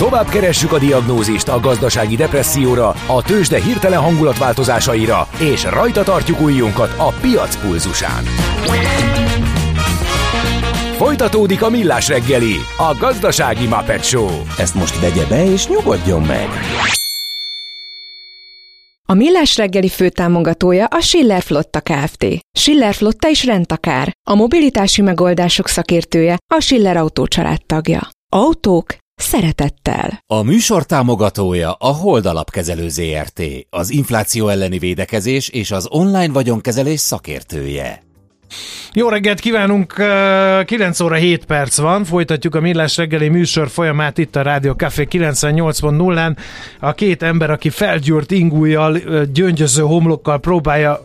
Tovább keressük a diagnózist a gazdasági depresszióra, a tőzsde hirtelen hangulatváltozásaira, és rajta tartjuk ujjunkat a piac pulzusán. Folytatódik a Millás reggeli, a gazdasági Muppet Show. Ezt most vegye be és nyugodjon meg! A Millás reggeli főtámogatója a Schiller Flotta Kft. Schiller Flotta is rendtakár. A mobilitási megoldások szakértője, a Schiller Autó család tagja. Autók szeretettel. A műsor támogatója a Hold Alapkezelő Zrt., az infláció elleni védekezés és az online vagyonkezelés szakértője. Jó reggelt kívánunk, 9 óra 7 perc van, folytatjuk a Millás reggeli műsor folyamát itt a Rádió Café 98.0-án. A két ember, aki felgyúrt ingújjal, gyöngyöző homlokkal próbálja...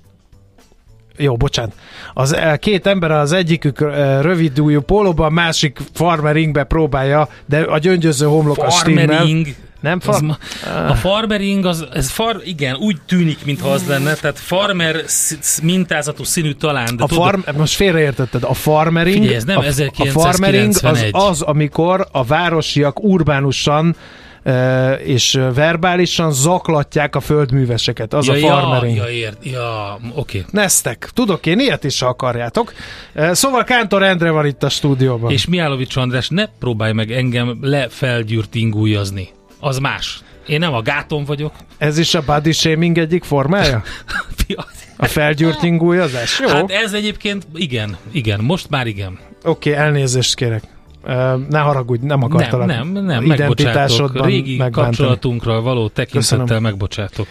Jó, bocsánat. Két ember, az egyikük rövidújú pólóban, a másik farmeringbe próbálja, de a gyöngyöző homlok a stimmel. Nem a farmering, igen, úgy tűnik, mintha az lenne, tehát farmer mintázatú színű talán. De most félreértetted, a farmering, figyelj, ez nem 1991. A farmering az, amikor a városiak urbánusan és verbálisan zaklatják a földműveseket. Az a farmering. Oké. Neztek. Tudok én ilyet is, ha akarjátok. Szóval Kántor Endre van itt a stúdióban. És Mihálovics András, ne próbálj meg engem lefelgyűrt ingújazni. Az más. Én nem a gáton vagyok. Ez is a body shaming egyik formája? A felgyűrt ingújazás? Jó. Hát ez egyébként igen. Most már igen. Oké, elnézést kérek. Ne haragudj, nem akartalak. Nem, megbocsátok. Régi kapcsolatunkra való tekintettel megbocsátok.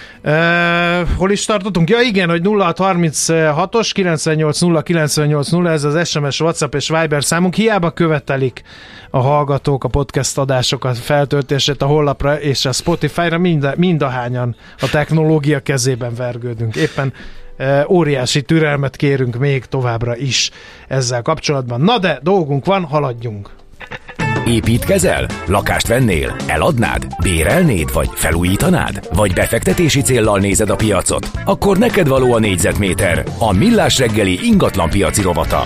Hol is tartottunk? Ja igen, hogy 0636-os 980980, ez az SMS, WhatsApp és Viber számunk. Hiába követelik a hallgatók a podcast adásokat, feltöltését a honlapra és a Spotify-ra, mindahányan a technológia kezében vergődünk. Éppen óriási türelmet kérünk még továbbra is ezzel kapcsolatban. Na de, dolgunk van, haladjunk! Építkezel? Lakást vennél? Eladnád? Bérelnéd? Vagy felújítanád? Vagy befektetési céllal nézed a piacot? Akkor neked való a négyzetméter, a Millás reggeli ingatlanpiaci rovata.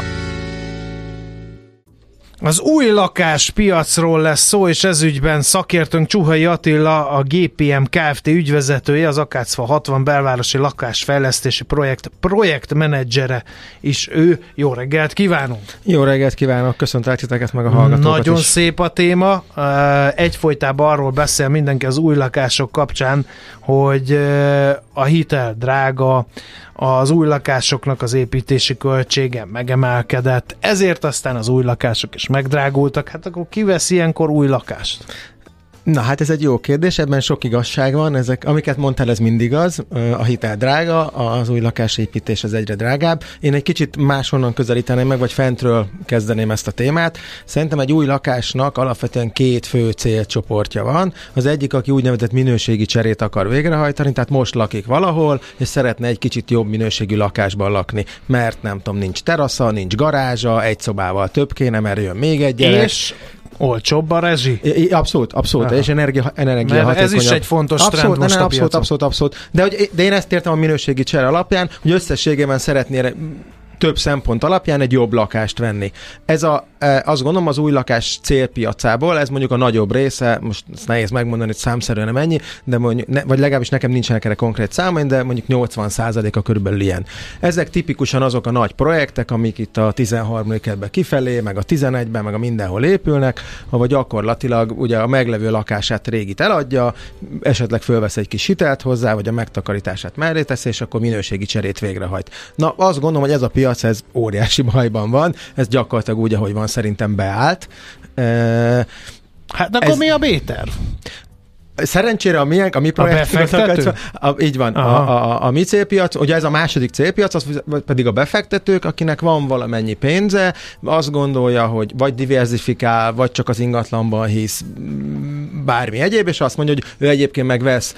Az új lakáspiacról lesz szó, és ezügyben szakértőnk Csuhai Attila, a GPM Kft. Ügyvezetője, az Akácfa 60 belvárosi lakásfejlesztési projektmenedzsere is ő. Jó reggelt kívánunk! Jó reggelt kívánok, köszöntelek titeket meg a hallgatókat. Nagyon is szép a téma. Egyfolytában arról beszél mindenki az új lakások kapcsán, hogy a hitel drága, az új lakásoknak az építési költsége megemelkedett, ezért aztán az új lakások is megdrágultak. Hát akkor ki vesz ilyenkor új lakást? Na hát ez egy jó kérdés, ebben sok igazság van, ezek, amiket mondtál, ez mindig az, a hitel drága, az új lakásépítés az egyre drágább. Én egy kicsit máshonnan közelíteném meg, vagy fentről kezdeném ezt a témát. Szerintem egy új lakásnak alapvetően két fő célcsoportja van. Az egyik, aki úgynevezett minőségi cserét akar végrehajtani, tehát most lakik valahol, és szeretne egy kicsit jobb minőségű lakásban lakni, mert nem tudom, nincs terasza, nincs garázsa, egy szobával több kéne, mert jön még egy gyerek. És olcsóbb a rezsi? Abszolút. Aha. És energia hatékonyabb. Ez is egy fontos trend most a piacon. Abszolút. De én ezt értem a minőségi csere alapján, hogy összességében szeretnél több szempont alapján egy jobb lakást venni. Ez azt gondolom az új lakás célpiacából, ez mondjuk a nagyobb része, most ezt nehéz megmondani, hogy számszerűen nem ennyi, de mondjuk, vagy legalábbis nekem nincsenek erre konkrét számaim, de mondjuk 80%-a körülbelül ilyen. Ezek tipikusan azok a nagy projektek, amik itt a 13. kerületben kifelé, meg a 11-ben, meg a mindenhol épülnek, ahol gyakorlatilag ugye a meglevő lakását régit eladja, esetleg fölvesz egy kis hitelt hozzá, vagy a megtakarítását mellé teszi, és akkor minőségi cserét végrehajt. Na, azt gondolom, hogy ez a piac, ez óriási bajban van, ez gyakorlatilag úgy, ahogy van, szerintem beállt. Hát akkor mi a B-terv? Szerencsére a mi projektünk, így van, a mi célpiac, ugye ez a második célpiac, az pedig a befektetők, akinek van valamennyi pénze, azt gondolja, hogy vagy diverzifikál, vagy csak az ingatlanban hisz, bármi egyéb, és azt mondja, hogy ő egyébként megvesz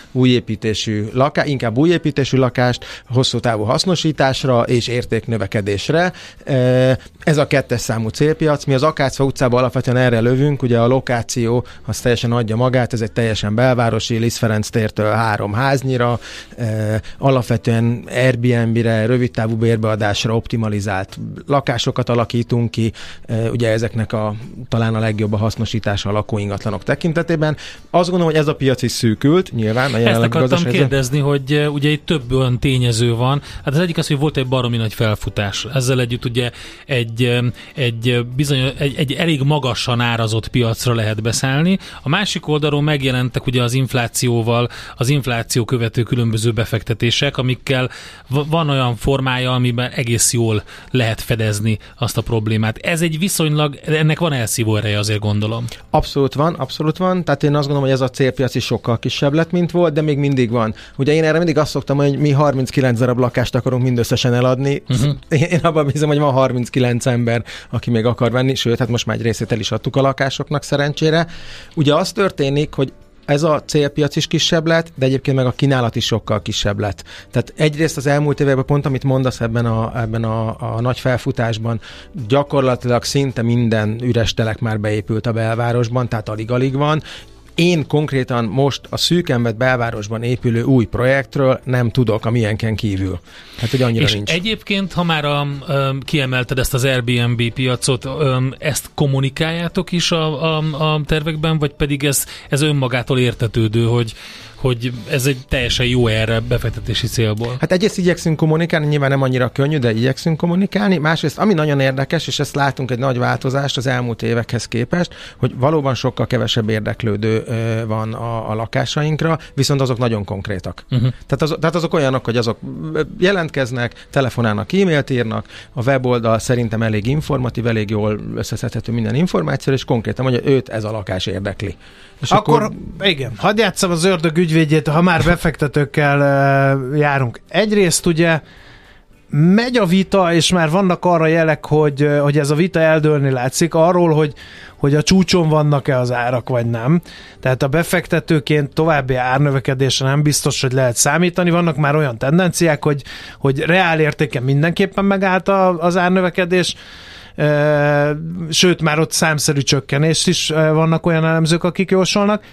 inkább újépítésű lakást, hosszú távú hasznosításra és értéknövekedésre. Ez a 2-es számú célpiac. Mi az Akácfa utcában alapvetően erre lövünk, ugye a lokáció az teljesen adja magát, ez egy teljesen belvárosi, Liszt Ferenc tértől 3 háznyira, alapvetően Airbnb-re, rövidtávú bérbeadásra optimalizált lakásokat alakítunk ki, ugye ezeknek talán a legjobb a hasznosítása a lakóingatlanok tekintetében. Azt gondolom, hogy ez a piac is szűkült, nyilván. Ezt akartam kérdezni, hogy ugye itt több olyan tényező van. Hát az egyik az, hogy volt egy baromi nagy felfutás. Ezzel együtt ugye egy elég magasan árazott piacra lehet beszállni. A másik oldalról megjelentek ugye az inflációval, az infláció követő különböző befektetések, amikkel van olyan formája, amiben egész jól lehet fedezni azt a problémát. Ez egy viszonylag, ennek van elszívó ereje, azért gondolom. Abszolút van. Tehát én azt gondolom, hogy ez a célpiac is sokkal kisebb lett, mint volt, de még mindig van. Ugye én erre mindig azt szoktam, hogy mi 39 darab lakást akarunk mindösszesen eladni. Én abban bízom, hogy van 39 ember, aki még akar venni, sőt, hát most már egy részét el is adtuk a lakásoknak szerencsére. Ugye az történik, hogy ez a célpiac is kisebb lett, de egyébként meg a kínálat is sokkal kisebb lett. Tehát egyrészt az elmúlt években pont, amit mondasz ebben a nagy felfutásban, gyakorlatilag szinte minden üres telek már beépült a belvárosban, tehát alig-alig van. Én konkrétan most a szűken vett belvárosban épülő új projektről nem tudok a milyenken kívül. Hát, hogy annyira és nincs. Egyébként, ha már kiemelted ezt az Airbnb piacot, ezt kommunikáljátok is a tervekben, vagy pedig ez önmagától értetődő, hogy ez egy teljesen jó erre befektetési célból? Hát egyrészt igyekszünk kommunikálni, nyilván nem annyira könnyű, de igyekszünk kommunikálni. Másrészt, ami nagyon érdekes, és ezt látunk egy nagy változást az elmúlt évekhez képest, hogy valóban sokkal kevesebb érdeklődő van a lakásainkra, viszont azok nagyon konkrétak. Tehát azok olyanok, hogy azok jelentkeznek, telefonálnak, e-mailt írnak, a weboldal szerintem elég informatív, elég jól összeszedhető minden információ, és konkrétan mondja, őt ez a lakás érdekli. És akkor igen, hadd játsszam az ördög ügyvédjét, ha már befektetőkkel járunk. Egyrészt ugye megy a vita, és már vannak arra jelek, hogy ez a vita eldőlni látszik arról, hogy a csúcson vannak-e az árak, vagy nem. Tehát a befektetőként további árnövekedésre nem biztos, hogy lehet számítani. Vannak már olyan tendenciák, hogy reál értéken mindenképpen megállt az árnövekedés, sőt, már ott számszerű csökkenést is vannak olyan elemzők, akik jósolnak.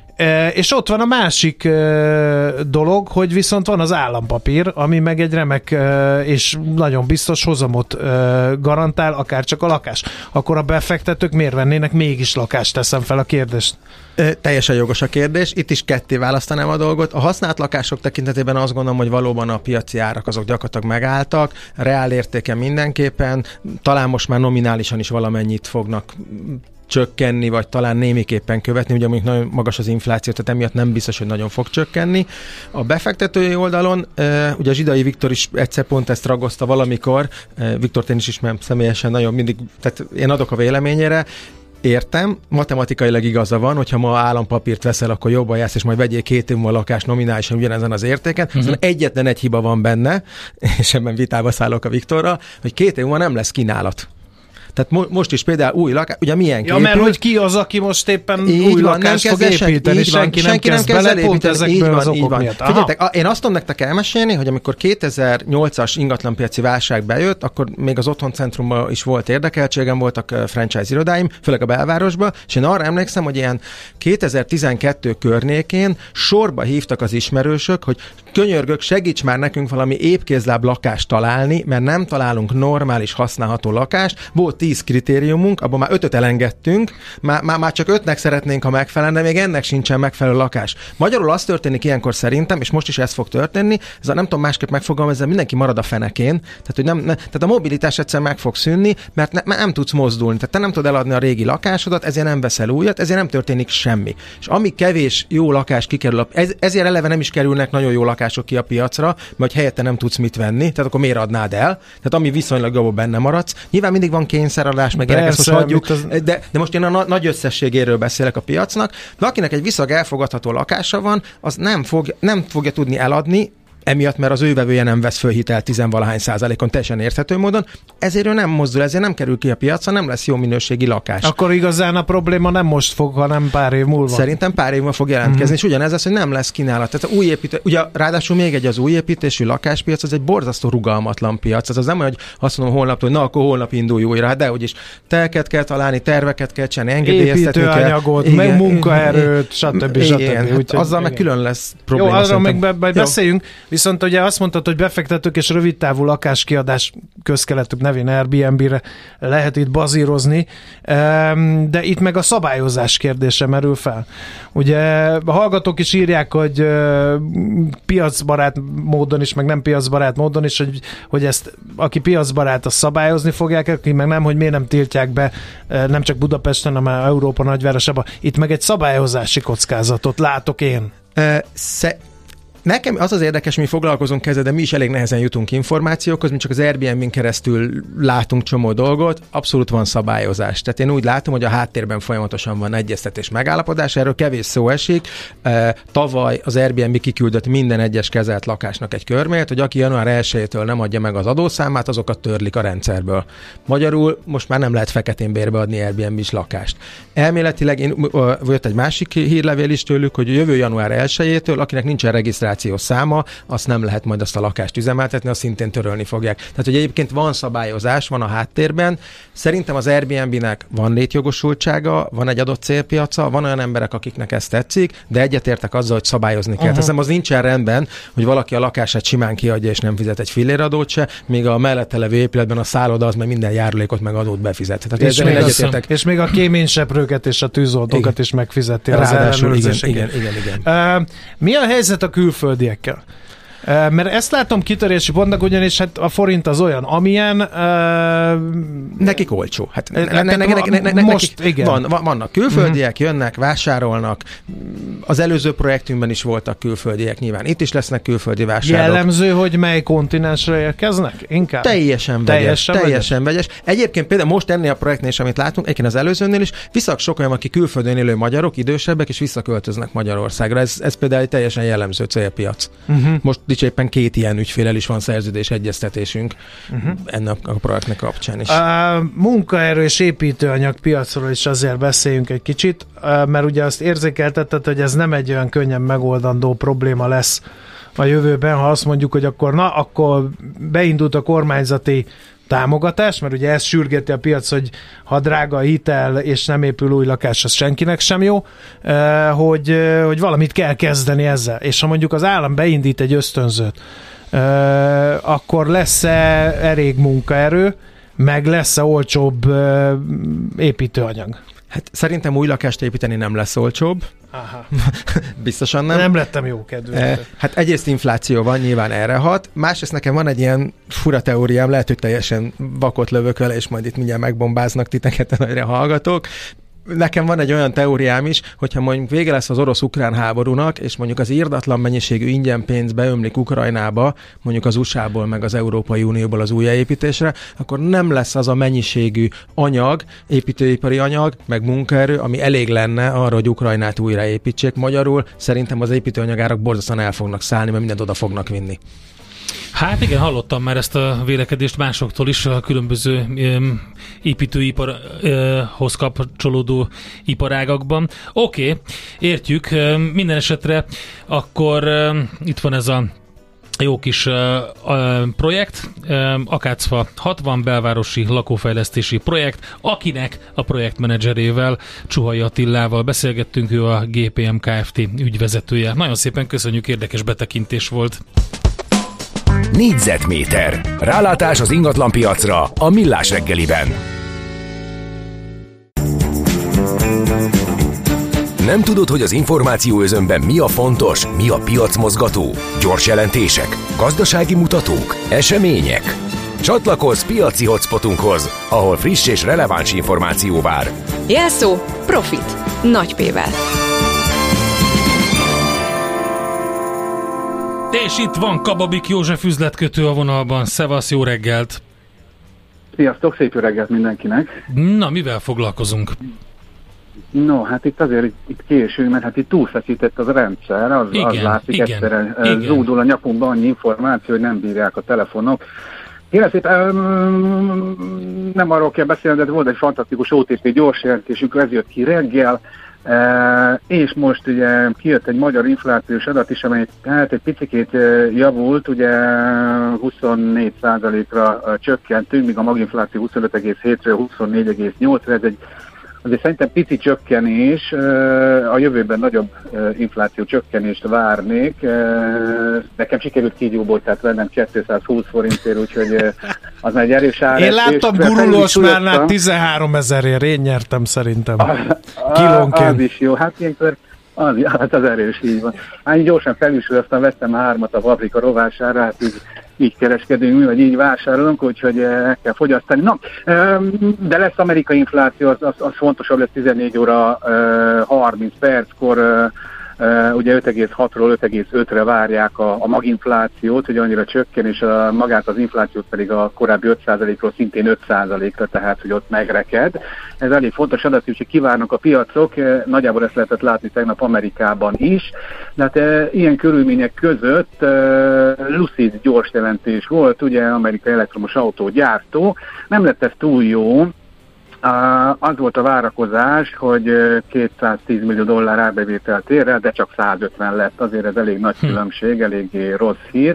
És ott van a másik dolog, hogy viszont van az állampapír, ami meg egy remek és nagyon biztos hozamot garantál, akár csak a lakás. Akkor a befektetők miért vennének mégis lakást? Teszem fel a kérdést. Teljesen jogos a kérdés. Itt is ketté választanám a dolgot. A használt lakások tekintetében azt gondolom, hogy valóban a piaci árak azok gyakorlatilag megálltak, reál értéken mindenképpen, talán most már nominálisan is valamennyit fognak csökkenni, vagy talán némiképpen követni, ugye mondjuk nagyon magas az infláció, tehát emiatt nem biztos, hogy nagyon fog csökkenni. A befektetői oldalon, ugye a Zsidai Viktor is egyszer pont ezt ragozta valamikor, Viktort én is ismerem személyesen, nagyon mindig, tehát én adok a véleményére, értem, matematikailag igaza van, hogyha ma állampapírt veszel, akkor jobban jársz, és majd vegyél 2 év múlva lakás nominálisan ugyanezen az értéken. Szóval egyetlen egy hiba van benne, és ebben vitába szállok a Viktorral, hogy 2 év múlva nem lesz kínálat. Tehát most is például új lakás, ugye milyen képül... Ja, mert hogy ki az, aki most éppen új lakást fog építeni, senki nem kezd bele pont ezekből az okok miatt. Figyeljetek, én azt tudom nektek elmesélni, hogy amikor 2008-as ingatlanpiaci válság bejött, akkor még az Otthoncentrumban is volt érdekeltségem, voltak franchise irodáim, főleg a belvárosban, és én arra emlékszem, hogy ilyen 2012 környékén sorba hívtak az ismerősök, hogy könyörgök, segíts már nekünk valami épkézláb lakást találni, mert nem találunk normális, használható lakást. Volt 10 kritériumunk, abban már 5-öt elengedtünk, már csak 5-nek szeretnénk, ha megfelelne, de még ennek sincsen megfelelő lakás. Magyarul az történik ilyenkor szerintem, és most is ez fog történni, ez a nem tudom másképp megfogalmazni, mindenki marad a fenekén, tehát, hogy tehát a mobilitás egyszer meg fog szűnni, mert nem tudsz mozdulni, tehát te nem tudod eladni a régi lakásodat, ezért nem veszel újat, ezért nem történik semmi. És ami kevés jó lakás kikerül, ezért eleve nem is kerülnek nagyon jó lakások ki a piacra, mert helyette nem tudsz mit venni, tehát akkor miért adnád el? Tehát ami viszonylag jobban benne maradsz. Nyilván mindig van kényszeradás, meg ilyenek, ezt most hagyjuk, de most én a nagy összességéről beszélek a piacnak, de akinek egy viszonylag elfogadható lakása van, az nem fogja tudni eladni, emiatt, mert az ő vevője nem vesz föl hitelt 10-valahány %, teljesen érthető módon, ezért ő nem mozdul, ezért nem kerül ki a piacra, nem lesz jó minőségi lakás. Akkor igazán a probléma nem most fog, hanem pár év múlva. Szerintem pár év múlva fog jelentkezni, és ugyanez az, hogy nem lesz kínálat. Tehát új építő, ugye ráadásul még az új építésű lakáspiac, az egy borzasztó rugalmatlan piac. Az nem olyan, hogy azt mondom holnaptól, hogy na akkor holnap indulj újra, hát de úgyis telket kell találni, terveket kell csinálni, engedélyeztetni kell. Építőanyagot, meg munkaerőt, stb. Azzal meg külön lesz probléma. Jó, arról meg beszéljünk, viszont ugye azt mondtad, hogy befektetők és rövidtávú lakáskiadás közkeletük nevén Airbnb-re lehet itt bazírozni, de itt meg a szabályozás kérdése merül fel. Ugye a hallgatók is írják, hogy piacbarát módon is, meg nem piacbarát módon is, hogy ezt, aki piacbarát, azt szabályozni fogják, aki meg nem, hogy miért nem tiltják be nem csak Budapesten, hanem Európa nagyvárosában. Itt meg egy szabályozási kockázatot látok én. Nekem az érdekes, mi foglalkozunk ezzel, de mi is elég nehezen jutunk információkhoz, mi csak az Airbnb-n keresztül látunk csomó dolgot, abszolút van szabályozás. Tehát én úgy látom, hogy a háttérben folyamatosan van egyeztetés, megállapodás, erről kevés szó esik. Tavaly az Airbnb kiküldött minden egyes kezelt lakásnak egy körmét, hogy aki január 1-től nem adja meg az adószámát, azokat törlik a rendszerből. Magyarul most már nem lehet feketén bérbe adni Airbnb-s lakást. Elméletileg jött egy másik hírlevél is tőlük, hogy jövő január 1-től, akinek nincsen regisztráció száma, azt nem lehet majd azt a lakást üzemeltetni, azt szintén törölni fogják. Tehát, hogy egyébként van szabályozás, van a háttérben. Szerintem az Airbnb-nek van létjogosultsága, van egy adott célpiaca, van olyan emberek, akiknek ez tetszik, de egyetértek azzal, hogy szabályozni kell. Tehát az nincsen rendben, hogy valaki a lakását simán kiadja és nem fizet egy filléradót se, míg a mellette levő épületben a szálloda az meg minden járulékot meg adót befizet. Tehát és még a kéményseprőket és a tűzoltókat is megfizeti az ellenőrzéseket. Igen. Mi a helyzet a külföldiekkel? Mert ezt látom kitörési pontnak, ugyanis hát a forint az olyan, amilyen... Nekik olcsó. Hát most igen. Vannak külföldiek, jönnek, vásárolnak. Az előző projektünkben is voltak külföldiek nyilván. Itt is lesznek külföldi vásárlók. Jellemző, hogy mely kontinensre érkeznek? Inkább? Teljesen vegyes. Egyébként például most ennél a projektnél is, amit látunk, egyébként az előzőnél is, viszont sok olyan, aki külföldön élő magyarok, idősebbek, és visszaköltöznek Magyarországra. Ez például egy teljesen jellemző célpiac. Most éppen 2 ilyen ügyféllel is van szerződés egyeztetésünk ennek a projektnek kapcsán is. A munkaerő és építőanyag piacról is azért beszéljünk egy kicsit, mert ugye azt érzékeltetted, hogy ez nem egy olyan könnyen megoldandó probléma lesz a jövőben, ha azt mondjuk, hogy akkor beindult a kormányzati támogatás, mert ugye ez sürgeti a piac, hogy ha drága a hitel és nem épül új lakás, az senkinek sem jó, hogy valamit kell kezdeni ezzel. És ha mondjuk az állam beindít egy ösztönzőt, akkor lesz-e elég munkaerő, meg lesz-e olcsóbb építőanyag? Hát szerintem új lakást építeni nem lesz olcsóbb. Aha. Biztosan nem. Nem lettem jó kedvű. Hát egyrészt infláció van, nyilván erre hat. Másrészt nekem van egy ilyen fura teóriám, lehet, hogy teljesen vakot lövök vele, és majd itt mindjárt megbombáznak titeket nagyra hallgatók. Nekem van egy olyan teóriám is, hogyha mondjuk vége lesz az orosz-ukrán háborúnak, és mondjuk az irdatlan mennyiségű ingyen pénz beömlik Ukrajnába, mondjuk az USA-ból meg az Európai Unióból az újjáépítésre, akkor nem lesz az a mennyiségű anyag, építőipari anyag, meg munkaerő, ami elég lenne arra, hogy Ukrajnát újraépítsék. Magyarul szerintem az építőanyagárak borzasztóan el fognak szállni, mert mindent oda fognak vinni. Hát igen, hallottam már ezt a vélekedést másoktól is, a különböző építőiparhoz kapcsolódó iparágakban. Oké, értjük. Minden esetre akkor itt van ez a jó kis projekt, Akácfa 60 belvárosi lakófejlesztési projekt, akinek a projektmenedzserével, Csuhai Attilával beszélgettünk, ő a GPM Kft. Ügyvezetője. Nagyon szépen köszönjük, érdekes betekintés volt. Négyzetméter. Rálátás az ingatlanpiacra a Millás reggeliben. Nem tudod, hogy az információ özönben mi a fontos, mi a piacmozgató? Gyors jelentések, gazdasági mutatók, események? Csatlakozz piaci hotspotunkhoz, ahol friss és releváns információ vár. Jelszó Profit. Nagy P-vel. És itt van Kababik József üzletkötő a vonalban. Szevasz, jó reggelt! Sziasztok, szép jó reggelt mindenkinek! Na, mivel foglalkozunk? No, hát itt azért itt késünk, mert hát itt túlfeszített az rendszer, az látszik, egyszerűen zúdul a nyakunkban annyi információ, hogy nem bírják a telefonok. Kérem szépen, nem arról kell beszélni, de volt egy fantasztikus OTP gyors jelentésünk, ez jött ki reggel, és most ugye kijött egy magyar inflációs adat is, amely hát egy picikét javult, ugye 24%-ra csökkentünk, míg a maginfláció 25,7-ről 24,8-ra, ez egy azért szerintem pici csökkenés, a jövőben nagyobb infláció csökkenést várnék. Nekem sikerült kígyóboltát vennem 220 forintért, úgyhogy az egy erős ár. Én láttam gurulósmárnál 13 000-ért, én nyertem szerintem. Kilónként. Az is jó, hát ilyenkor az erős, így van. Hát gyorsan felülsül, aztán vettem 3 a paprika rovására, hát így kereskedünk mi, vagy így vásárolunk, úgyhogy el kell fogyasztani. Na, de lesz amerikai infláció, az fontosabb lesz 14 óra 30 perckor, ugye 5,6-ról 5,5-re várják a maginflációt, hogy annyira csökken, és magát az inflációt pedig a korábbi 5%-ról szintén 5%-ra, tehát hogy ott megreked. Ez elég fontos adat, hogy kivárnak a piacok, nagyjából ezt lehetett látni tegnap Amerikában is, de hát ilyen körülmények között Lucid gyors jelentés volt, ugye amerikai elektromos autógyártó, nem lett ez túl jó. Az volt a várakozás, hogy $210 millió árbevételt ér el, de csak 150 lett, azért ez elég nagy különbség, eléggé rossz hír.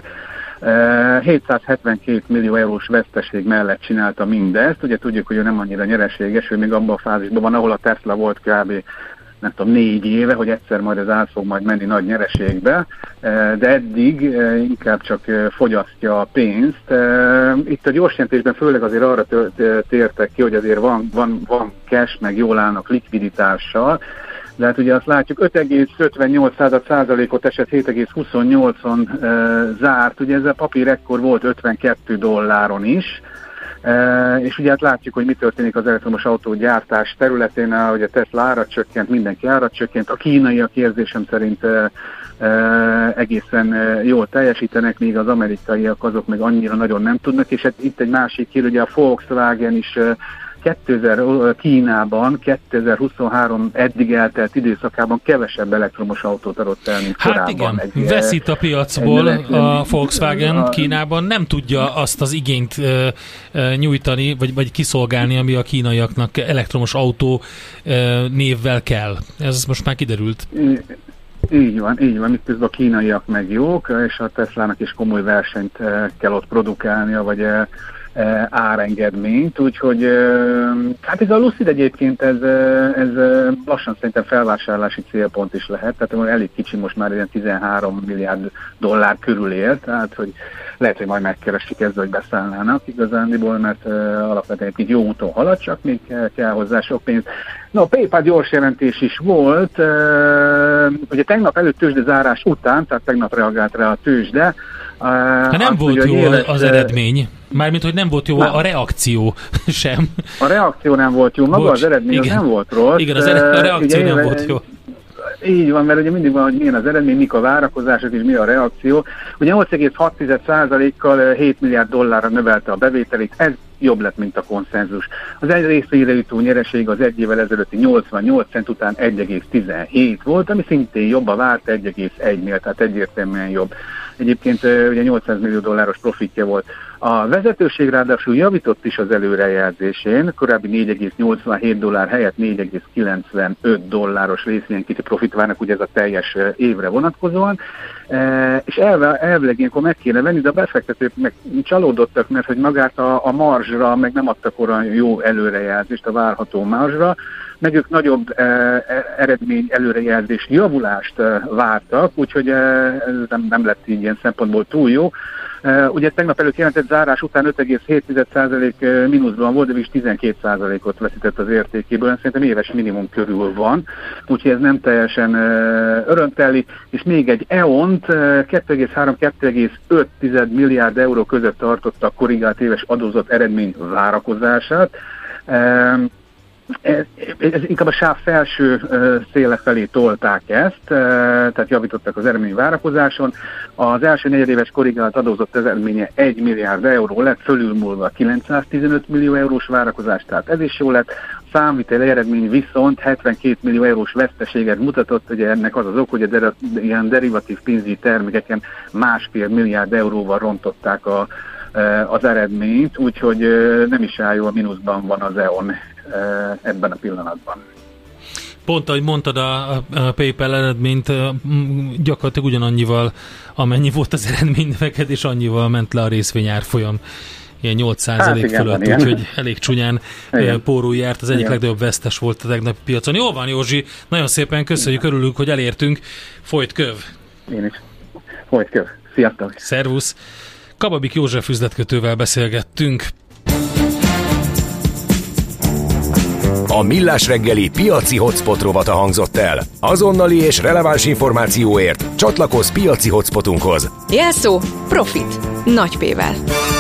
772 millió eurós veszteség mellett csinálta mindezt, ugye tudjuk, hogy ő nem annyira nyereséges, ő még abban a fázisban van, ahol a Tesla volt kb. Nem tudom, 4 éve, hogy egyszer majd ez át fog majd menni nagy nyereségbe, de eddig inkább csak fogyasztja a pénzt. Itt a gyorsjelentésben főleg azért arra tértek ki, hogy azért van cash, meg jól állnak likviditással, de hát ugye azt látjuk, 5,58%-ot esett, 7,28-on zárt, ugye ez a papír ekkor volt $52 is, és ugye hát látjuk, hogy mi történik az elektromos autógyártás területén, hogy a Tesla árat csökkent, mindenki árat csökkent, a kínaiak érzésem szerint egészen jól teljesítenek, míg az amerikaiak azok meg annyira nagyon nem tudnak, és hát itt egy másik hír, ugye a Volkswagen is Kínában 2023 eddig eltelt időszakában kevesebb elektromos autót adott el, mint korábban. Hát igen, veszít a piacból a Volkswagen Kínában, nem tudja azt az igényt nyújtani, vagy kiszolgálni, ami a kínaiaknak elektromos autó névvel kell. Ez most már kiderült. Így van, miközben a kínaiak meg jók, és a Teslának is komoly versenyt kell ott produkálnia, vagy árengedményt, úgyhogy hát ez a Lucid egyébként ez lassan szerintem felvásárlási célpont is lehet, tehát elég kicsi, most már ilyen $13 milliárd körül ér, tehát hogy lehet, hogy majd megkeresik ezzel, hogy beszállnának igazándiból, mert alapvetően egy jó úton halad, csak még kell hozzá sok pénz. No, a PayPal gyors jelentés is volt, ugye tegnap előtt tőzsdezárás után, tehát tegnap reagált rá a tőzsde. Nem volt jó az eredmény. Mármint, hogy nem volt jó a reakció sem. A reakció nem volt jó, maga az eredmény az nem volt rossz. Igen, a reakció nem volt jó. Így van, mert ugye mindig van, hogy milyen az eredmény, mik a várakozások és mi a reakció. Ugye 8,6%-kal $7 milliárd növelte a bevételét, ez jobb lett, mint a konszenzus. Az egy részére jutó nyereség az egy évvel ezelőtti 88 cent után 1,17 volt, ami szintén jobb a várt 1,1-nél, tehát egyértelműen jobb. Egyébként ugye $800 millió profitja volt. A vezetőség ráadásul javított is az előrejelzésén, korábbi $4,87 helyett $4,95 részvényenkénti profit várnak, ugye ez a teljes évre vonatkozóan, és elvileg ilyenkor meg kéne venni, de a befektetők meg csalódottak, mert hogy magát a marzsra meg nem adtak olyan jó előrejelzést, a várható marzsra, meg ők nagyobb eredmény előrejelzés javulást vártak, úgyhogy ez nem lett így ilyen szempontból túl jó. Ugye tegnap előtt jelentett zárás után 5,7% mínuszban volt, de is 12%-ot veszített az értékéből, szerintem éves minimum körül van, úgyhogy ez nem teljesen örömteli, és még egy EON-t 2,3-2,5 milliárd euró között tartotta a korrigált éves adózott eredmény várakozását. Ez inkább a sáv felső széle felé tolták ezt, tehát javítottak az eredmény várakozáson. Az első negyedéves korrigált adózott eredménye 1 milliárd euró lett, fölülmúlva 915 millió eurós várakozás, tehát ez is jó lett. A számviteli eredmény viszont 72 millió eurós veszteséget mutatott, ugye ennek az az ok, hogy a ilyen derivatív pénzügyi termékeken 1,5 milliárd euróval rontották az eredményt, úgyhogy nem is áll jól, mínuszban van az EON ebben a pillanatban. Pont, ahogy mondtad, a PayPal eredményt gyakorlatilag ugyanannyival, amennyi volt az eredmény növekedés, annyival ment le a részvény árfolyam. Ilyen 8% fölött, úgyhogy elég csúnyán pórul járt, az egyik legnagyobb vesztes volt a tegnapi piacon. Jól van, Józsi, nagyon szépen köszönjük, örülünk, hogy elértünk. Folyt köv! Én is. Folyt köv. Sziasztok! Szervusz! Kababik József üzletkötővel beszélgettünk. A Millás reggeli piaci hotspot rovata hangzott el. Azonnali és releváns információért csatlakozz piaci hotspotunkhoz. Jelszó Profit. Nagy P-vel.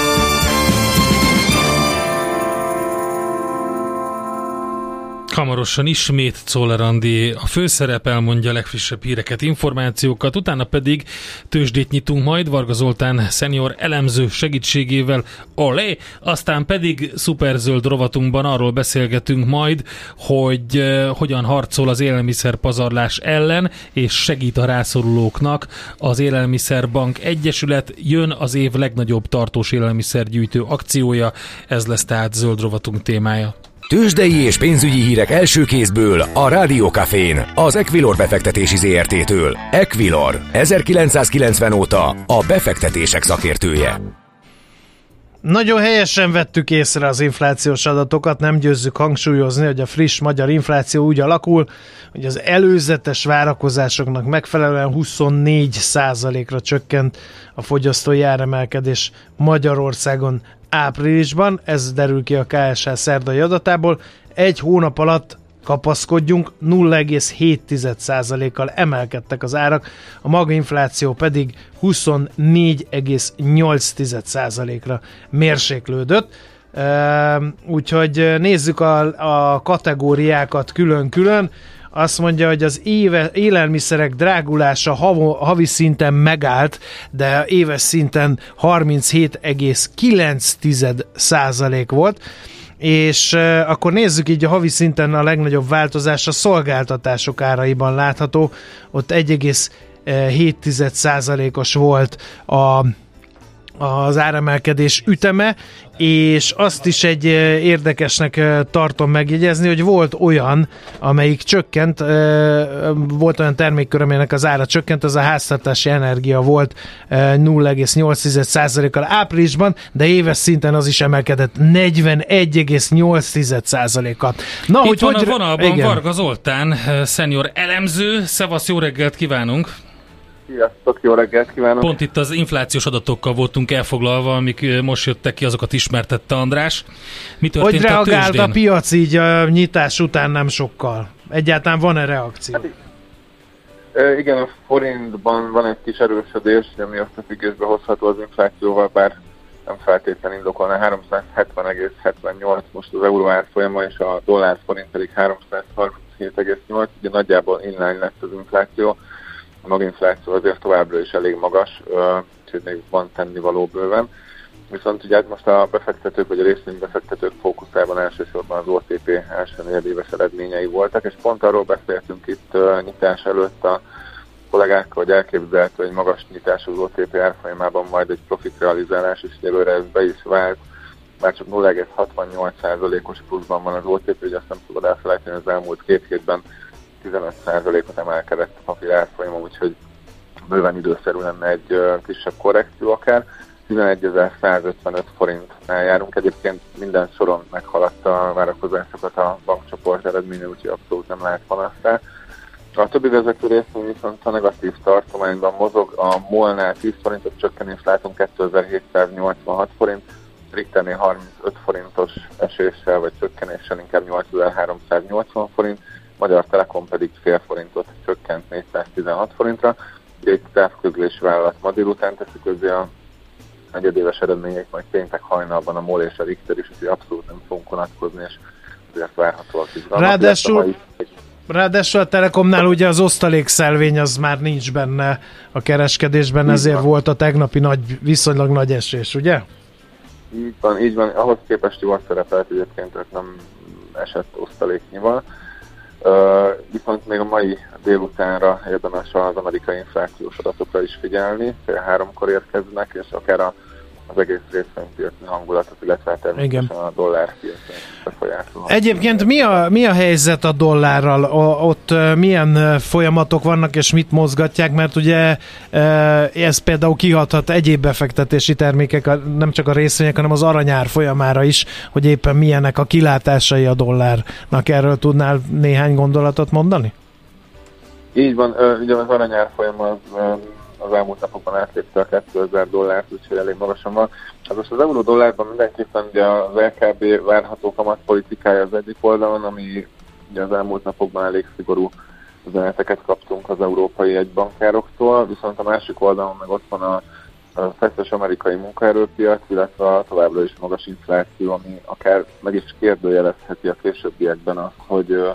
Hamarosan ismét Czoller Andi a főszerep, elmondja a legfrissebb híreket, információkat, utána pedig tőzsdét nyitunk majd Varga Zoltán szenior elemző segítségével, aztán pedig szuperzöld rovatunkban arról beszélgetünk majd, hogy hogyan harcol az élelmiszerpazarlás ellen, és segít a rászorulóknak az Élelmiszerbank Egyesület. Jön az év legnagyobb tartós élelmiszergyűjtő akciója, ez lesz tehát zöld rovatunk témája. Tőzsdei és pénzügyi hírek első kézből a Rádió Cafén, az Equilor befektetési ZRT-től. Equilor, 1990 óta a befektetések szakértője. Nagyon helyesen vettük észre az inflációs adatokat, nem győzzük hangsúlyozni, hogy a friss magyar infláció úgy alakul, hogy az előzetes várakozásoknak megfelelően 24%-ra csökkent a fogyasztói áremelkedés Magyarországon áprilisban, ez derül ki a KSH szerdai adatából. Egy hónap alatt kapaszkodjunk, 0,7%-kal emelkedtek az árak, a maginfláció pedig 24,8%-ra mérséklődött. Úgyhogy nézzük a kategóriákat külön-külön. Azt mondja, hogy az élelmiszerek drágulása havi szinten megállt, de éves szinten 37,9% volt. És akkor nézzük így a havi szinten a legnagyobb változás a szolgáltatások áraiban látható. Ott 1,7%-os volt az áremelkedés üteme, és azt is egy érdekesnek tartom megjegyezni, hogy volt olyan, amelyik csökkent, volt olyan termékkör, amelynek az ára csökkent, az a háztartási energia volt 0,8%-kal áprilisban, de éves szinten az is emelkedett 41,8%-kal. Na, itt van a vonalban igen. Varga Zoltán, szenior elemző. Szevasz, jó reggelt kívánunk! Sziasztok, jó reggelt kívánok! Pont itt az inflációs adatokkal voltunk elfoglalva, amik most jöttek ki, azokat ismertette András. Mi történt hogy reagált a tőzsdén? A piac így a nyitás után nem sokkal? Egyáltalán van-e reakció? Igen, a forintban van egy kis erősödés, ami összefüggésbe hozható az inflációval, bár nem feltétlenül indokolna. 370,78 most az euró árfolyama, és a dollár forint pedig 337,8, ugye nagyjából inline lesz az infláció. A maginfláció azért továbbra is elég magas, úgyhogy még van tennivaló bőven. Viszont ugye most a befektetők vagy a részvénybefektetők fókuszában elsősorban az OTP első negyedéves eredményei voltak, és pont arról beszéltünk itt nyitás előtt a kollégákkal, hogy elképzelhető, hogy magas nyitás az OTP árfolyamában majd egy profitrealizálás is, előre ez be is vált. Már csak 0,68%-os pluszban van az OTP, ugye azt nem szabad elfelejteni, az elmúlt 2 hétben 15%-ot emelkedett a papír árfolyama, úgyhogy bőven időszerű lenne egy kisebb korrekció akár. 11.155 forintnál járunk, egyébként minden soron meghaladta a várakozásokat a bankcsoport eredménye, úgyhogy abszolút nem lehet panasztál. A többi vezető részén viszont a negatív tartományban mozog, a MOL-nál 10 forintos csökkenést látunk, 2786 forint, Richternél 35 forintos eséssel vagy csökkenéssel inkább 8380 forint, Magyar Telekom pedig fél forintot csökkent 416 forintra. Ugye egy távközlési vállalat ma délután teszi közé a negyedéves eredmények, majd péntek hajnalban a MOL és a Richter is, úgyhogy abszolút nem fogunk vonatkozni, és ezért várhatóak izgalmak. Ráadásul a Telekomnál ugye az osztalékszelvény az már nincs benne a kereskedésben, ezért volt a tegnapi viszonylag nagy esés, ugye? Így van. Ahhoz képest jól szerepelt egyébként, tehát nem esett osztaléknyival. Viszont még a mai délutánra érdemes az amerikai inflációs adatokra is figyelni, fél 3-kor érkeznek, és akár az egész részvénypiaci hangulatot, illetve természetesen a dollárpiacon befolyásolhat. Egyébként mi a helyzet a dollárral? Ott milyen folyamatok vannak, és mit mozgatják? Mert ugye ez például kihathat egyéb befektetési termékek, nem csak a részvények, hanem az aranyár folyamára is, hogy éppen milyenek a kilátásai a dollárnak. Erről tudnál néhány gondolatot mondani? Így van, ugye az aranyár folyam az elmúlt napokban átlépte a $2000, úgyhogy elég magasan van. Most az euró-dollárban mindenképpen ugye az LKB várható kamatpolitikája az egyik oldalon, ami ugye az elmúlt napokban elég szigorú üzeneteket kaptunk az európai jegybankároktól, viszont a másik oldalon meg ott van a feszes amerikai munkaerőpiac, illetve továbbra is magas infláció, ami akár meg is kérdőjelezheti a későbbiekben azt, hogy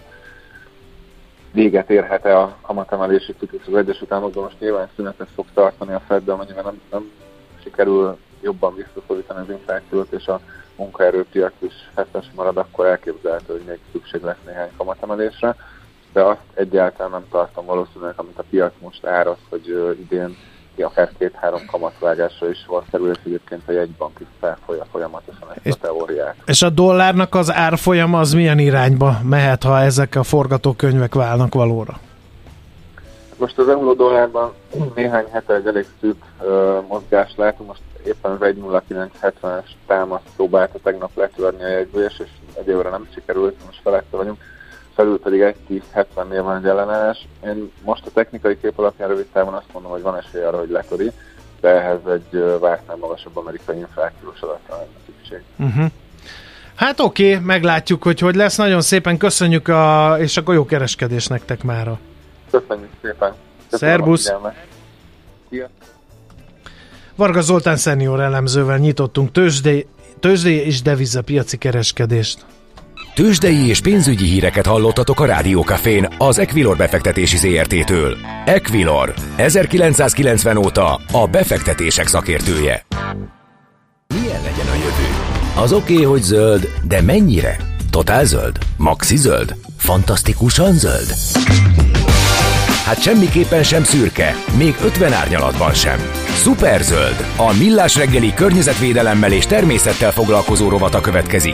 véget érhet-e a kamatemelési ciklus az Egyesült Államokban. Most nyilván szünetet fog tartani a Fed, de amennyiben nem sikerül jobban visszaszorítani az inflációt, és a munkaerőpiac is feszes marad, akkor elképzelhető, hogy még szükség lesz néhány kamatemelésre, de azt egyáltalán nem tartom valószínűleg, amit a piac most áraz, hogy idén akár 2-3 kamatvágásra is sor kerül, és egyébként a jegybank is felfolya folyamatosan ezt a teóriát. És a dollárnak az árfolyama az milyen irányba mehet, ha ezek a forgatókönyvek válnak valóra? Most az euró-dollárban néhány hete egy elég szűk mozgást látunk, most éppen az 1.0970-es támaszt próbálta tegnap letörni a jegyzés, és egy évre nem sikerült, most felette vagyunk. Felül pedig 1.1070-nél van egy ellenállás. Én most a technikai kép alapján rövid távon azt mondom, hogy van esély arra, hogy letöri, de ehhez egy vártnál magasabb amerikai inflációs adatra lenne szükség. Hát oké, meglátjuk, hogy lesz. Nagyon szépen köszönjük, és akkor jó kereskedés nektek mára. Köszönjük szépen. Szerbusz! Varga Zoltán szenior elemzővel nyitottunk tőzsdei és devizapiaci kereskedést. Tőzsdei és pénzügyi híreket hallottatok a Rádiókafén az Equilor befektetési ZRT-től. Equilor, 1990 óta a befektetések szakértője. Milyen legyen a jövő? Az oké, hogy zöld, de mennyire? Totál zöld? Maxi zöld? Fantasztikusan zöld? Hát semmiképpen sem szürke, még 50 árnyalatban sem. Szuperzöld, a Millás reggeli környezetvédelemmel és természettel foglalkozó rovata következik.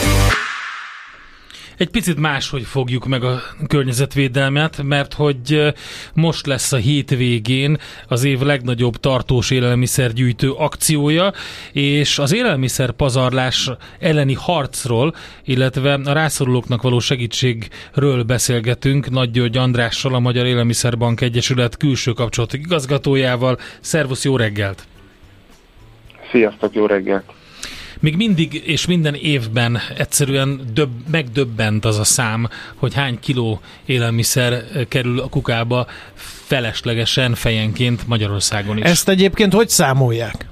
Egy picit máshogy fogjuk meg a környezetvédelmet, mert hogy most lesz a hétvégén az év legnagyobb tartós élelmiszergyűjtő akciója, és az élelmiszerpazarlás elleni harcról, illetve a rászorulóknak való segítségről beszélgetünk Nagy György Andrással, a Magyar Élelmiszerbank Egyesület külső kapcsolatok igazgatójával. Szervusz, jó reggelt! Sziasztok, jó reggelt! Még mindig és minden évben egyszerűen megdöbbent az a szám, hogy hány kiló élelmiszer kerül a kukába feleslegesen fejenként Magyarországon is. Ezt egyébként hogy számolják?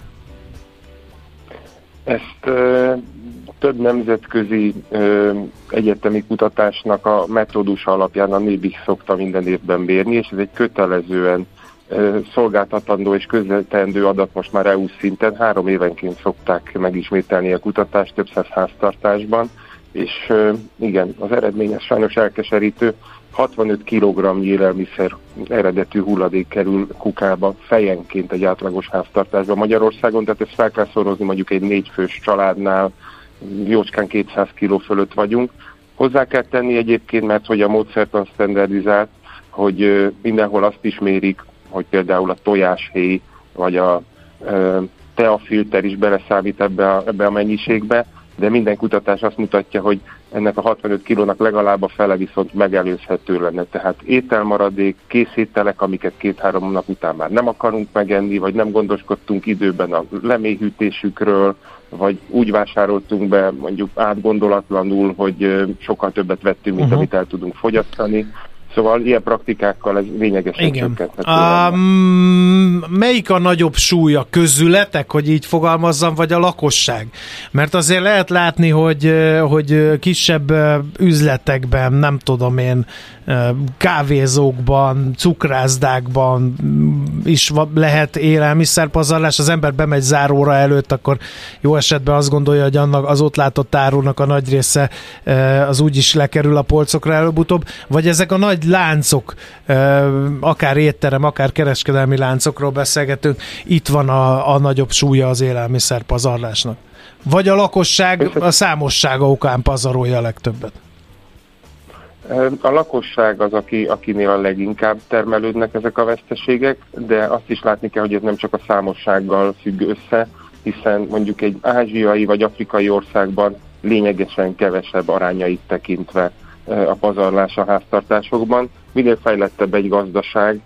Ezt több nemzetközi egyetemi kutatásnak a metódusa alapján a NIBIS szokta minden évben mérni, és ez egy kötelezően szolgáltatandó és közvetendő adat most már EU szinten. 3 évenként szokták megismételni a kutatást több száz háztartásban, és igen, az eredmény az sajnos elkeserítő. 65 kg élelmiszer eredetű hulladék kerül kukába fejenként egy átlagos háztartásban Magyarországon, tehát ezt fel kell szorozni mondjuk egy 4 fős családnál, jócskán 200 kg fölött vagyunk. Hozzá kell tenni egyébként, mert hogy a módszertan standardizált, hogy mindenhol azt is mérik, hogy például a tojáshéj vagy a teafilter is beleszámít ebbe a mennyiségbe, de minden kutatás azt mutatja, hogy ennek a 65 kilónak legalább a fele viszont megelőzhető lenne. Tehát ételmaradék, készételek, amiket 2-3 nap után már nem akarunk megenni, vagy nem gondoskodtunk időben a lemélyhűtésükről, vagy úgy vásároltunk be mondjuk átgondolatlanul, hogy sokkal többet vettünk, mint amit el tudunk fogyasztani. Szóval ilyen praktikákkal ez lényegesen csökkenthető. Melyik a nagyobb súlya, közületek, hogy így fogalmazzam, vagy a lakosság? Mert azért lehet látni, hogy kisebb üzletekben, nem tudom én, kávézókban, cukrászdákban is lehet élelmiszerpazarlás. Az ember bemegy záróra előtt, akkor jó esetben azt gondolja, hogy annak az ott látott árunak a nagy része az úgyis lekerül a polcokra előbb-utóbb, vagy ezek a nagy láncok, akár étterem, akár kereskedelmi láncokról beszélgetünk, itt van a nagyobb súlya az élelmiszerpazarlásnak. Vagy a lakosság a számossága okán pazarolja a legtöbbet? A lakosság az, akinél a leginkább termelődnek ezek a veszteségek, de azt is látni kell, hogy ez nem csak a számossággal függ össze, hiszen mondjuk egy ázsiai vagy afrikai országban lényegesen kevesebb arányait tekintve a pazarlás a háztartásokban. Minél fejlettebb egy gazdaság,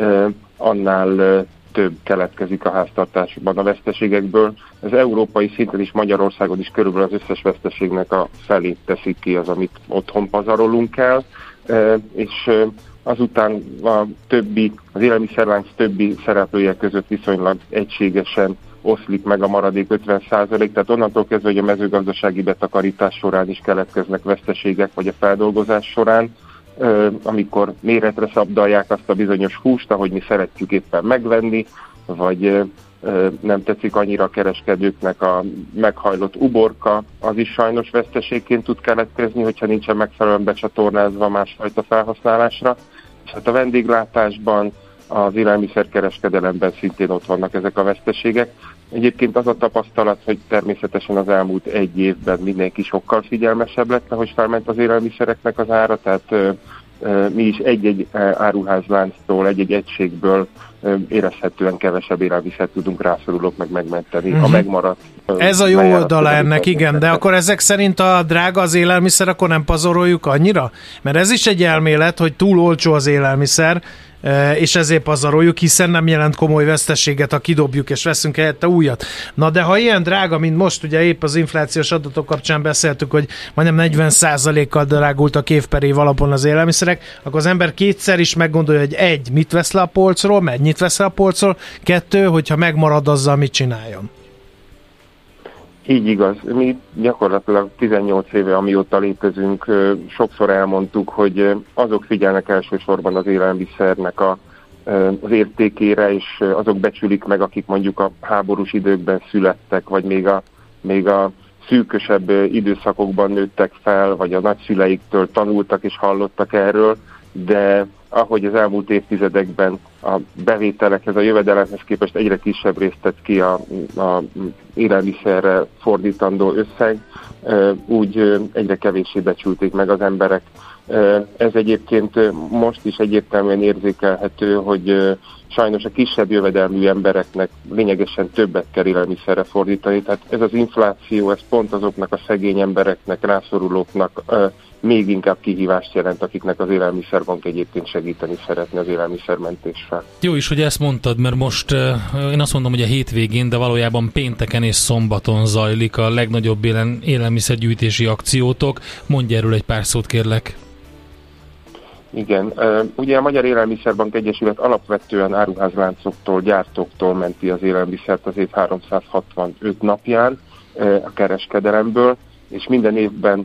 annál több keletkezik a háztartásokban a veszteségekből. Az európai szinten is, Magyarországon is körülbelül az összes veszteségnek a felét teszik ki az, amit otthon pazarolunk el, és azután az élelmiszerlánc többi szereplője között viszonylag egységesen oszlik meg a maradék 50%, tehát onnantól kezdve, hogy a mezőgazdasági betakarítás során is keletkeznek veszteségek, vagy a feldolgozás során, amikor méretre szabdalják azt a bizonyos húst, ahogy mi szeretjük éppen megvenni, vagy nem tetszik annyira a kereskedőknek a meghajlott uborka, az is sajnos veszteségként tud keletkezni, hogyha nincsen megfelelően becsatornázva másfajta felhasználásra. És hát a vendéglátásban, az élelmiszerkereskedelemben szintén ott vannak ezek a veszteségek. Egyébként az a tapasztalat, hogy természetesen az elmúlt egy évben mindenki sokkal figyelmesebb lett, hogy felment az élelmiszereknek az ára, tehát mi is egy-egy áruházlánctól, egy-egy egységből érezhetően kevesebb élelmiszert tudunk rászorulóknak megmenteni. A megmaradt... Ez a jó oldala ennek, igen, de akkor ezek szerint a drága az élelmiszer, akkor nem pazaroljuk annyira? Mert ez is egy elmélet, hogy túl olcsó az élelmiszer, és ezért pazaroljuk, hiszen nem jelent komoly veszteséget, ha kidobjuk és veszünk helyette újat. Na de ha ilyen drága, mint most, ugye épp az inflációs adatok kapcsán beszéltük, hogy majdnem 40%-kal drágultak év per év alapon az élelmiszerek, akkor az ember kétszer is meggondolja, hogy egy, mit vesz le a polcról, mennyit vesz le a polcról, kettő, hogyha megmarad azzal, mit csináljon. Így igaz. Mi gyakorlatilag 18 éve, amióta létezünk, sokszor elmondtuk, hogy azok figyelnek elsősorban az élelmiszernek az értékére, és azok becsülik meg, akik mondjuk a háborús időkben születtek, vagy még a szűkösebb időszakokban nőttek fel, vagy a nagyszüleiktől tanultak és hallottak erről, de ahogy az elmúlt évtizedekben a bevételekhez, a jövedelemhez képest egyre kisebb részt tett ki a élelmiszerre fordítandó összeg, úgy egyre kevéssé becsülték meg az emberek. Ez egyébként most is egyértelműen érzékelhető, hogy sajnos a kisebb jövedelmű embereknek lényegesen többet kell élelmiszerre fordítani. Tehát ez az infláció, ez pont azoknak a szegény embereknek, rászorulóknak még inkább kihívást jelent, akiknek az élelmiszerbank egyébként segíteni szeretne az élelmiszermentéssel. Jó is, hogy ezt mondtad, mert most én azt mondom, hogy a hétvégén, de valójában pénteken és szombaton zajlik a legnagyobb élelmiszergyűjtési akciótok. Mondj erről egy pár szót, kérlek. Igen, ugye a Magyar Élelmiszerbank Egyesület alapvetően áruházláncoktól, gyártóktól menti az élelmiszert az év 365 napján a kereskedelemből, és minden évben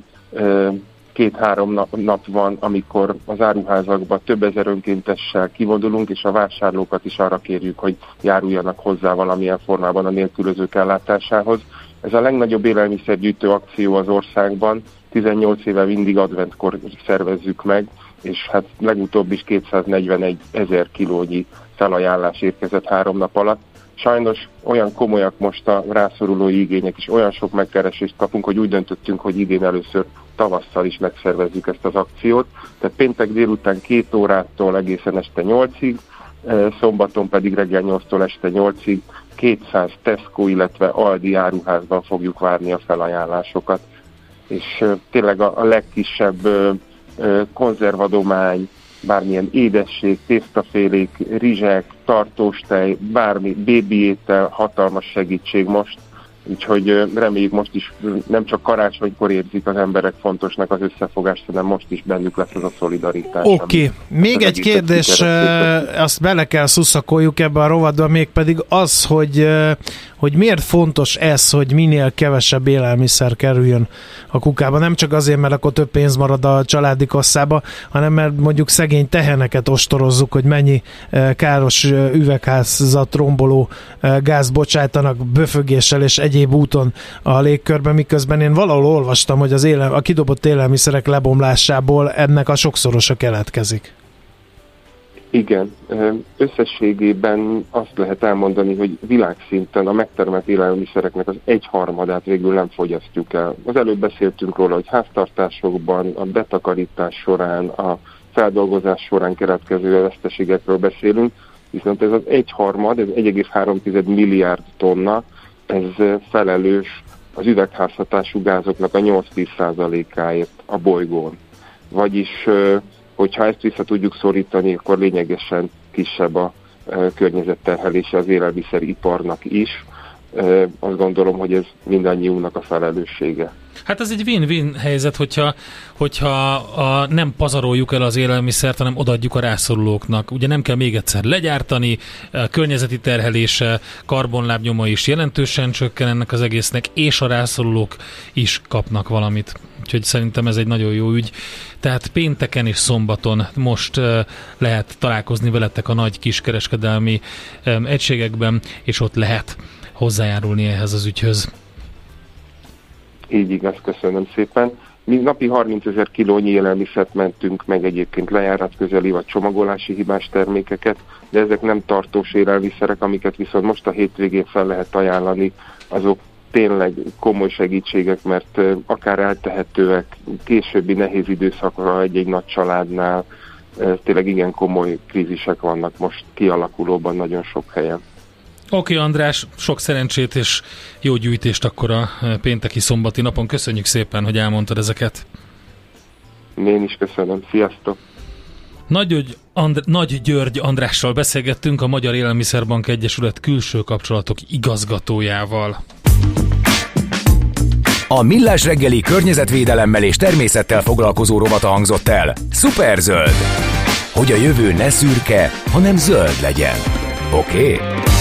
2-3 nap van, amikor az áruházakba több ezer önkéntessel kivonulunk, és a vásárlókat is arra kérjük, hogy járuljanak hozzá valamilyen formában a nélkülözők ellátásához. Ez a legnagyobb élelmiszergyűjtő akció az országban, 18 éve mindig adventkor szervezzük meg, és hát legutóbb is 241 000 kilónyi felajánlás érkezett 3 nap alatt. Sajnos olyan komolyak most a rászorulói igények, és olyan sok megkeresést kapunk, hogy úgy döntöttünk, hogy idén először tavasszal is megszervezzük ezt az akciót. Tehát péntek délután 2 órától egészen este 8-ig, szombaton pedig reggel 8-tól este 8-ig 200 Tesco, illetve Aldi áruházban fogjuk várni a felajánlásokat. És tényleg a legkisebb konzervadomány, bármilyen édesség, tésztafélék, rizsek, tartóstej, bármi, bébi étel, hatalmas segítség most. Úgyhogy reméljük most is nem csak karácsonykor érzik az emberek fontosnak az összefogást, hanem most is bennük lesz az a szolidaritás. Oké. Még egy kérdés, azt bele kell szuszakoljuk ebbe a rovatba, mégpedig az, hogy miért fontos ez, hogy minél kevesebb élelmiszer kerüljön a kukába. Nem csak azért, mert akkor több pénz marad a családi kasszába, hanem mert mondjuk szegény teheneket ostorozzuk, hogy mennyi káros üvegházat romboló gáz bocsájtanak böfögéssel és egyéb úton a légkörben, miközben én valahol olvastam, hogy a kidobott élelmiszerek lebomlásából ennek a sokszorosa keletkezik. Igen, összességében azt lehet elmondani, hogy világszinten a megtermelt élelmiszereknek az 1/3 végül nem fogyasztjuk el. Az előbb beszéltünk róla, hogy háztartásokban, a betakarítás során, a feldolgozás során keletkező veszteségekről beszélünk, viszont ez az 1/3, ez 1,3 milliárd tonna, ez felelős az üvegházhatású gázoknak a 8-10%-áért a bolygón. Vagyis hogyha ezt vissza tudjuk szorítani, akkor lényegesen kisebb a környezetterhelése az élelmiszeriparnak is. Azt gondolom, hogy ez mindannyiunknak a felelőssége. Hát ez egy win-win helyzet, hogyha nem pazaroljuk el az élelmiszert, hanem odaadjuk a rászorulóknak. Ugye nem kell még egyszer legyártani, a környezeti terhelése, karbonlábnyoma is jelentősen csökken ennek az egésznek, és a rászorulók is kapnak valamit. Úgyhogy szerintem ez egy nagyon jó ügy. Tehát pénteken és szombaton most lehet találkozni veletek a nagy kiskereskedelmi egységekben, és ott lehet hozzájárulni ehhez az ügyhöz. Így igaz, köszönöm szépen. Mi napi 30 000 kilónyi élelmiszert mentünk meg, egyébként lejárat közeli vagy csomagolási hibás termékeket, de ezek nem tartós élelmiszerek, amiket viszont most a hétvégén fel lehet ajánlani, azok tényleg komoly segítségek, mert akár eltehetőek, későbbi nehéz időszakra egy nagy családnál, tényleg igen komoly krízisek vannak most kialakulóban nagyon sok helyen. Oké, András, sok szerencsét és jó gyűjtést akkor a pénteki szombati napon. Köszönjük szépen, hogy elmondtad ezeket. Én is köszönöm. Sziasztok! Nagy György Andrással beszélgettünk, a Magyar Élelmiszerbank Egyesület külső kapcsolatok igazgatójával. A Millás reggeli környezetvédelemmel és természettel foglalkozó rovata hangzott el. Szuperzöld! Hogy a jövő ne szürke, hanem zöld legyen. Oké?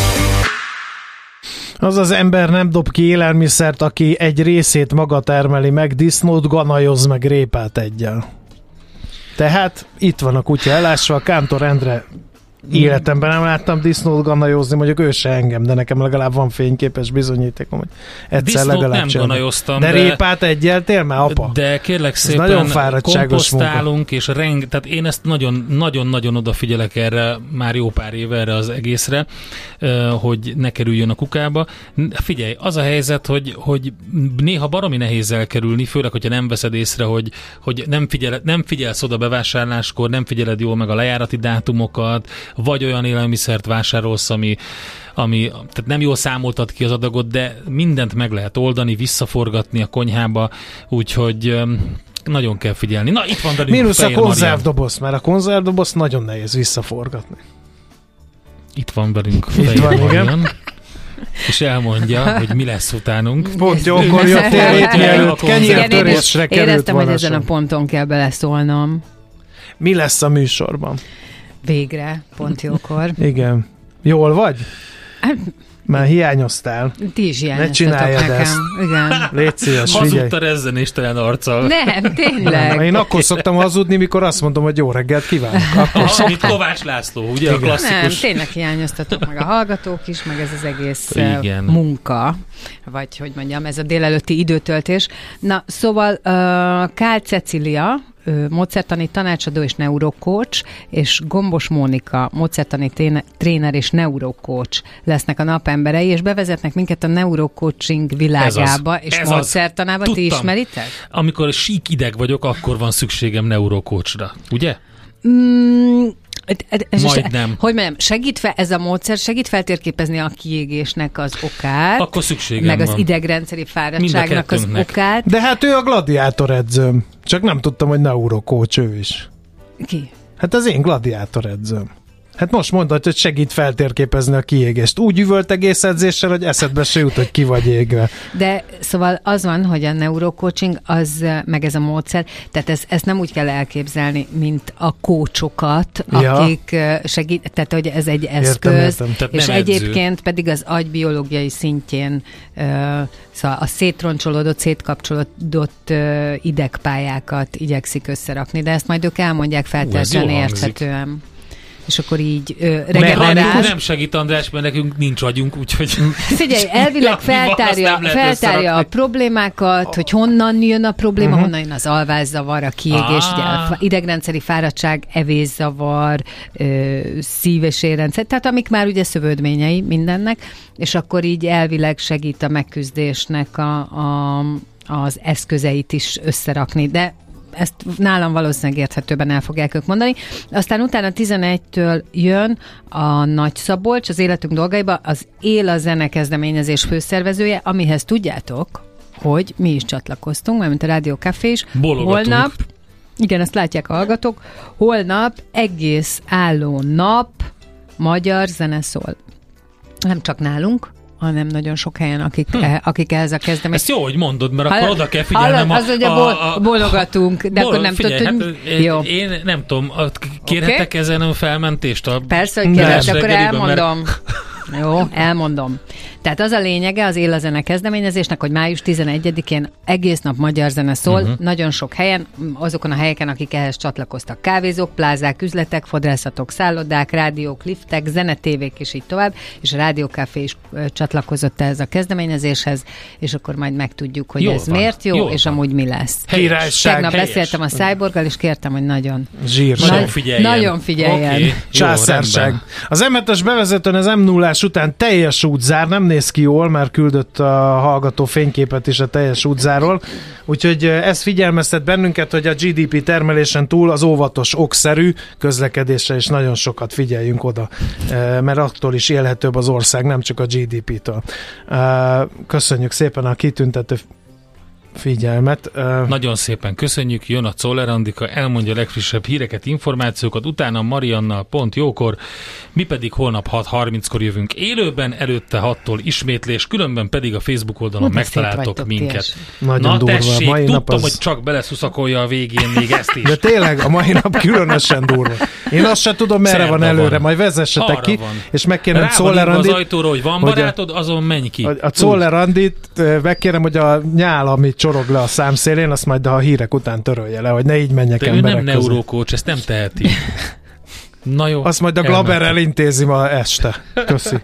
Az az ember nem dob ki élelmiszert, aki egy részét maga termeli meg, disznót ganajoz meg répát eggyel. Tehát itt van a kutya elásva, a Kántor Endre életemben nem láttam disznót ganajozni, mondjuk ő se engem, de nekem legalább van fényképes bizonyítékom, hogy egyszer disznót legalább nem ganajoztam. De répát egyeltél már, apa? De kérlek szépen, komposztálunk, és tehát én ezt nagyon-nagyon odafigyelek erre, már jó pár éve erre az egészre, hogy ne kerüljön a kukába. Figyelj, az a helyzet, hogy néha baromi nehéz elkerülni, főleg, hogyha nem veszed észre, hogy nem figyelsz oda bevásárláskor, nem figyeled jól meg a lejárati dátumokat, vagy olyan élelmiszert vásárolsz, ami tehát nem jól számoltad ki az adagot, de mindent meg lehet oldani, visszaforgatni a konyhába, úgyhogy nagyon kell figyelni. Na, itt van velünk mínusz a konzervdoboz, mert a konzervdoboz nagyon nehéz visszaforgatni. Itt van velünk Fejér Marian, és elmondja, hogy mi lesz utánunk. Pont jókor jöttél itt, mielőtt kenyértörésre került. Éreztem, hogy ezen a ponton kell beleszólnom. Mi lesz a műsorban? Végre, pont jókor. Igen. Jól vagy? Már hiányoztál. Ti is hiányoztatok. Ne csináljad nekem. ezt. Igen. Légy szíves, figyelj. Hazudta rezzenéstelen arccal. Nem, tényleg. Én akkor szoktam hazudni, mikor azt mondom, hogy jó reggelt kívánok. Mint Kovács László, ugye? A klasszikus. Nem, tényleg hiányoztatok meg a hallgatók is, meg ez az egész igen. munka, vagy hogy mondjam, ez a délelőtti időtöltés. Na, szóval Kál Cecília, módszertani tanácsadó és neurocoach, és Gombos Mónika, módszertani tréner és neurocoach lesznek a napemberei, és bevezetnek minket a neurocoaching világába, és módszertanába. Ti ismeritek? Amikor sík ideg vagyok, akkor van szükségem neurocoachra, ugye? Majdnem. Hogy mondjam, ez a módszer segít feltérképezni a kiégésnek az okát, akkor szükségem meg van. Az idegrendszeri fáradtságnak az okát. De hát ő a gladiátor edzőm. Csak nem tudtam, hogy neurocoach ő is. Ki? Hát az én gladiátor edzőm. Hát most mondod, hogy segít feltérképezni a kiégést. Úgy üvölt egész edzéssel, hogy eszedbe se jut, hogy ki vagy égve. De szóval az van, hogy a neurocoaching, az, meg ez a módszer, tehát ezt nem úgy kell elképzelni, mint a coachokat, akik segít, tehát hogy ez egy eszköz, értem. És egyébként pedig az agybiológiai szintjén szóval a szétroncsolódott, szétkapcsolódott idegpályákat igyekszik összerakni, de ezt majd ők elmondják feltétlenül érthetően. És akkor így regenerál. Nem segít, András, mert nekünk nincs agyunk, úgyhogy... Figyelj, elvileg feltárja a problémákat, hogy honnan jön a probléma, honnan jön az alvászavar, a kiégés, ugye a idegrendszeri fáradtság, evészavar, szív- és érrendszer, tehát amik már ugye szövődményei mindennek, és akkor így elvileg segít a megküzdésnek az eszközeit is összerakni, de ezt nálam valószínűleg érthetőben el fogják ők mondani. Aztán utána 11-től jön a Nagy Szabolcs, az Életünk dolgaiba, az Él a zene kezdeményezés főszervezője, amihez tudjátok, hogy mi is csatlakoztunk, mert mint a Rádió Café is. Bologatunk. Holnap, igen, ezt látják a hallgatók, holnap egész álló nap magyar zene szól. Nem csak nálunk, hanem nagyon sok helyen, akik ehhez a kezdeményezéshez. Ezt jó, hogy mondod, mert akkor oda kell figyelnem. Az, hogy bologatunk, de akkor nem tudod, hogy... Jó. Én nem tudom, kérhetek ezen a felmentést? Persze, hogy kérhet, akkor elmondom. Jó, elmondom. Tehát az a lényege az Él a zene kezdeményezésnek, hogy május 11-én egész nap magyar zene szól, nagyon sok helyen, azokon a helyeken, akik ehhez csatlakoztak. Kávézók, plázák, üzletek, fodrászatok, szállodák, rádiók, liftek, zenetévék és így tovább, és a Rádió Café is csatlakozott ehhez a kezdeményezéshez, és akkor majd megtudjuk, hogy ez miért jó, és amúgy mi lesz. Tegnap beszéltem a Cyborggal, és kértem, hogy nagyon figyeljen. Okay. Császárság. Az M7-es bevezetőn az M0-ás után teljes útzár, nem néz ki jól, mert küldött a hallgató fényképet is a teljes útzáról, úgyhogy ez figyelmeztet bennünket, hogy a GDP termelésen túl az óvatos, okszerű közlekedésre is nagyon sokat figyeljünk oda, mert attól is élhetőbb az ország, nem csak a GDP-től. Köszönjük szépen a kitüntető figyelmet. Nagyon szépen köszönjük, jön a Czoller Andika, elmondja a legfrissebb híreket, információkat, utána Mariannal pont jókor, mi pedig holnap 6:30-kor jövünk élőben, előtte 6-tól ismétlés, különben pedig a Facebook oldalon megtaláltok minket. Nagyon durva. Tessék, mai tudtam, nap az... hogy csak beleszuszakolja a végén még ezt is. De tényleg, a mai nap különösen durva. Én azt sem tudom, merre van előre, majd vezessetek ki, és megkérem Czoller Andit, az ajtóról, hogy van barátod, azon menj ki. A Czoller Andit megkérem, hogy a nyál, amit csorog le a számszélén, azt majd a hírek után törölje le, hogy ne így menjek de emberek ő nem neurókócs, ezt nem teheti. Na jó. Azt majd a Glaberrel intézi ma este. Köszi.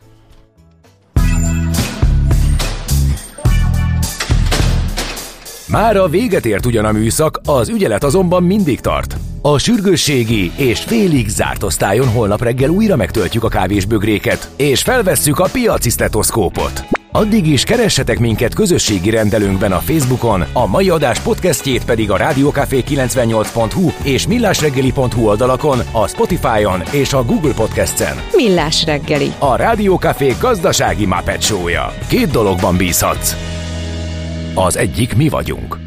Mára véget ért ugyan a műszak, az ügyelet azonban mindig tart. A sürgősségi és félig zárt osztályon holnap reggel újra megtöltjük a kávésbögréket, és felvesszük a piaci sztetoszkópot. Addig is keressetek minket közösségi rendelőnkben a Facebookon, a mai adás podcastjét pedig a rádiókafé98.hu és millásreggeli.hu oldalakon, a Spotify-on és a Google Podcast-en. Millás reggeli. A Rádió Café gazdasági Muppet Show-ja. 2 dologban bízhatsz. Az egyik mi vagyunk.